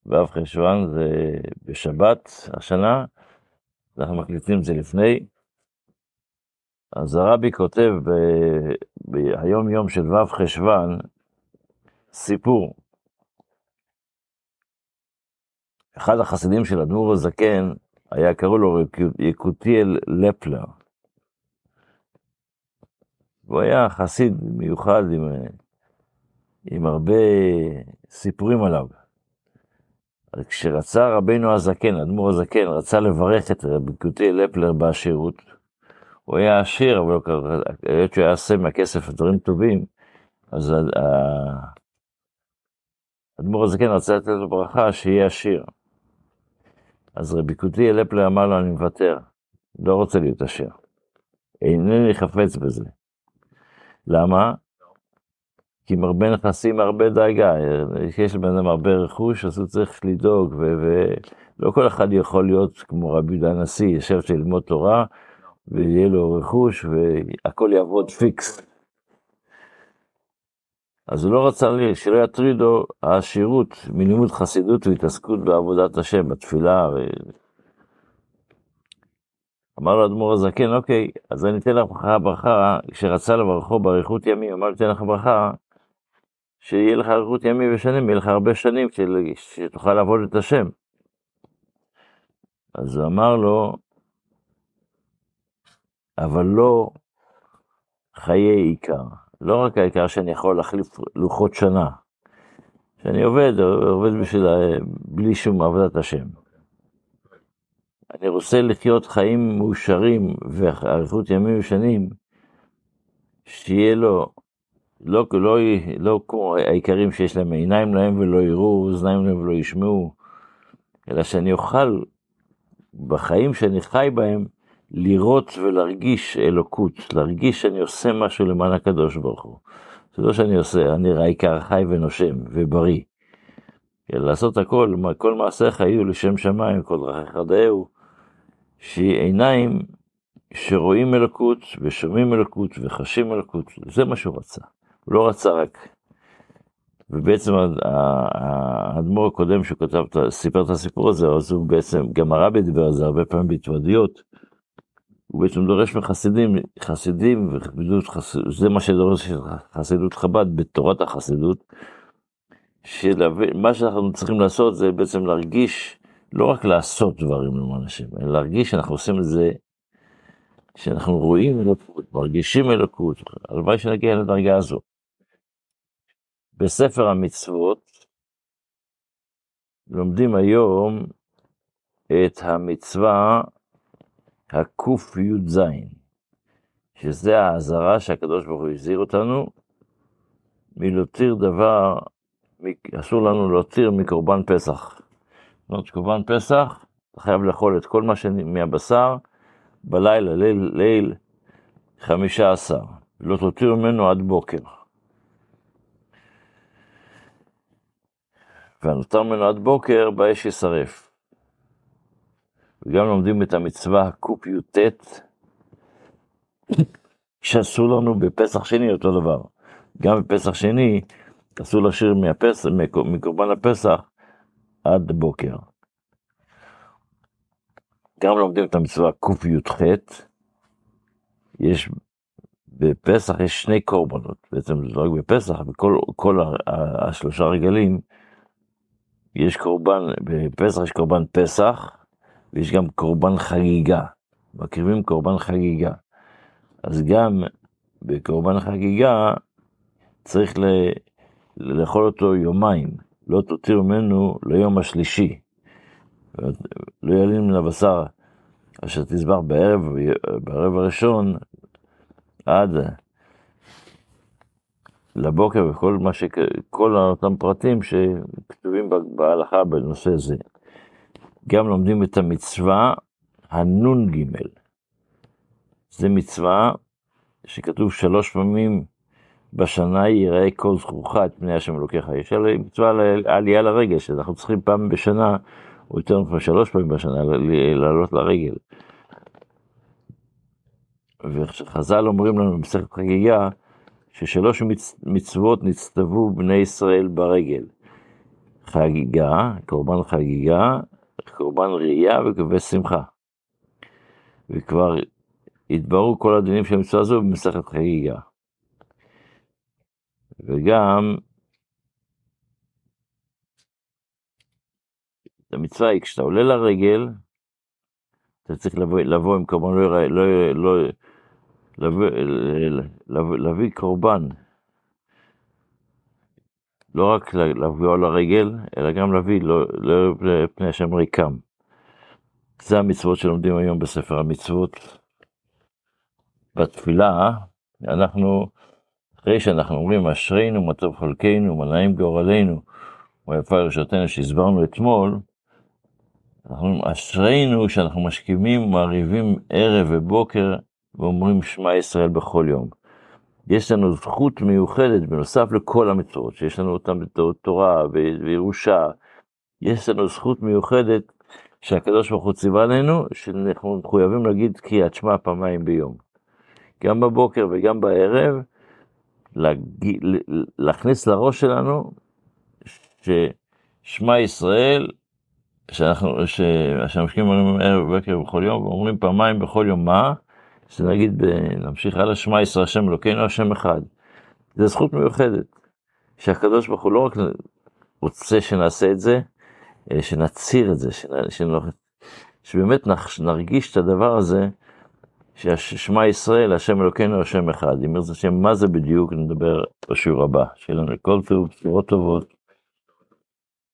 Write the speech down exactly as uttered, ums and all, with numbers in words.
ואב חשוון זה בשבת השנה, אנחנו מקליטים את זה לפני. אז הרבי כותב ב- ביום יום של ואב חשוון סיפור. אחד החסידים של אדמו"ר הזקן היה קראו לו יקותיאל לפלר. הוא היה חסיד מיוחד עם, עם הרבה סיפורים עליו. כשרצה רבינו הזקן, אדמו"ר הזקן, רצה לברך את רבי יקותיאל לפלר בעשירות, הוא היה עשיר, אבל היות שהוא היה עושה מהכסף דברים טובים, אז אדמו"ר הזקן רצה לתת לו ברכה שיהיה עשיר. אז רבי יקותיאל לפלר אמר לו, אני מוותר, לא רוצה להיות עשיר. אינני חפץ בזה. למה? כי מרבה נכסים, הרבה דאגה, יש לבן אדם הרבה רכוש, אז הוא צריך לדאוג, ולא כל אחד יכול להיות כמו רבי יהודה הנשיא, ישב ללמוד תורה, ויהיה לו רכוש, והכל יעבוד פיקס. אז הוא לא רצה לי, שלא יטרידו העשירות מלימוד חסידות והתעסקות בעבודת השם, בתפילה. ו... אמר לו אדמו"ר הזקן, אוקיי, אז אני אתן לך ברכה, ברכה, כשרצה לברכו באריכות ימים, אמר לי, אתן לך ברכה, שיהיה לך אריכות ימים ושנים, יהיה לך הרבה שנים, שתוכל לעבוד את השם. אז הוא אמר לו, אבל לא חיי עיקר. לא רק העיקר שאני יכול להחליף לוחות שנה. שאני עובד, עובד בשביל, בלי שום עבודת השם. אני רוצה לחיות חיים מאושרים ואריכות ימים ושנים, שיהיה לו, לא, לא, לא כמו העיקרים שיש להם עיניים להם ולא יראו, אוזניים להם ולא ישמעו, אלא שאני אוכל בחיים שאני חי בהם, לראות ולהרגיש אלוקות, להרגיש שאני עושה משהו למען הקדוש ברוך הוא. זה לא שאני עושה, אני העיקר חי ונושם ובריא. לעשות הכל, כל מעשיך יהיו לשם שמיים, כל דרכיך דאהו, שיהיה עיניים שרואים אלוקות ושומעים אלוקות וחשים אלוקות, זה מה שהוא רצה. הוא לא רצה רק. ובעצם האדמו"ר הקודם שכתב, סיפר את הסיפור הזה, אז הוא בעצם, גם הרבי דיבר על זה הרבה פעמים בהתוודיות, הוא בעצם דורש מחסידים, חסידים וחסידות, זה מה שדורש חסידות חב"ד בתורת החסידות, שמה שאנחנו צריכים לעשות זה בעצם להרגיש, לא רק לעשות דברים למען השם, אלא להרגיש שאנחנו עושים את זה, שאנחנו רואים אלוקות, מרגישים אלוקות, הלוואי שנגיע לדרגה הזו. בספר המצוות, לומדים היום את המצווה הקוף יוד זין, שזה העזרה שהקדוש ברוך הוא הזהיר אותנו, מלהותיר דבר, אסור לנו להותיר מקורבן פסח. זאת אומרת, קורבן פסח, אתה חייב לאכול את כל מה מהבשר, בלילה, ליל, ליל חמישה עשר, לא תותיר ממנו עד בוקר. והנותר ממנו עד בוקר, באש ישרף. וגם לומדים את המצווה הקוף יוטט, שאסור לנו בפסח שני אותו דבר. גם בפסח שני, אסור לשיר מהפסח, מקורבן הפסח, עד בוקר. גם לומדים את המצווה קוף י"ח, יש, בפסח יש שני קורבנות, בעצם זה רק בפסח, בכל כל השלושה רגלים, יש קורבן, בפסח יש קורבן פסח, ויש גם קורבן חגיגה, מקריבים קורבן חגיגה. אז גם בקורבן חגיגה, צריך לאכול אותו יומיים, לא תותיר ממנו ליום השלישי. לא ילין מן הבשר, אשר תסבח בערב, בערב הראשון, עד לבוקר, וכל מה ש... כל אותם פרטים שכתובים בהלכה בנושא זה. גם לומדים את המצווה הנון גימל. זה מצווה שכתוב שלוש פעמים בשנה יראה כל זכורך את פני השם אלוקיך. יש מצווה לעלייה לרגל, שאנחנו צריכים פעם בשנה, או יותר מפני שלוש פעמים בשנה, לעלות לרגל. וחז"ל אומרים לנו במסכת חגיגה, ששלוש מצוות נצטוו בני ישראל ברגל. חגיגה, קורבן חגיגה, קורבן ראייה וכבש שמחה. וכבר התבררו כל הדינים של המצווה הזו במסכת חגיגה. וגם המצווה היא, כשאתה עולה לרגל, אתה צריך לבוא, לבוא עם קורבן, לא, לא, לא, להביא, להביא, להביא קורבן, לא רק להביאו לרגל, אלא גם להביא לא, לא לפני השם ריקם. זה המצוות שלומדים היום בספר המצוות. בתפילה, אנחנו, אחרי שאנחנו אומרים, אשרינו, מה טוב חלקנו, מה נעים גורלנו, מה יפה ירושתנו שהסברנו אתמול, אנחנו אומרים, אשרינו שאנחנו משכימים ומעריבים ערב ובוקר, ואומרים שמע ישראל בכל יום. יש לנו זכות מיוחדת, בנוסף לכל המצוות, שיש לנו אותם בתורה וירושה, יש לנו זכות מיוחדת, שהקדוש ברוך הוא ציווה עלינו, שאנחנו מחויבים להגיד קריאת שמע פעמיים ביום. גם בבוקר וגם בערב, להגיד, להכניס לראש שלנו, ששמע ישראל, שאנחנו, שאנחנו משקיעים ערב ובוקר בכל יום, ואומרים פעמיים בכל יום מה? שנגיד, נמשיך על השמע ישראל השם אלוקינו השם אחד. זה זכות מיוחדת, שהקדוש ברוך הוא לא רק רוצה שנעשה את זה, שנציר את זה, שבאמת נרגיש את הדבר הזה, שהשמע ישראל השם אלוקינו השם אחד. אם זה שם, מה זה בדיוק? נדבר בשיעור הבא. שיהיה לנו כל טוב, בשורות טובות.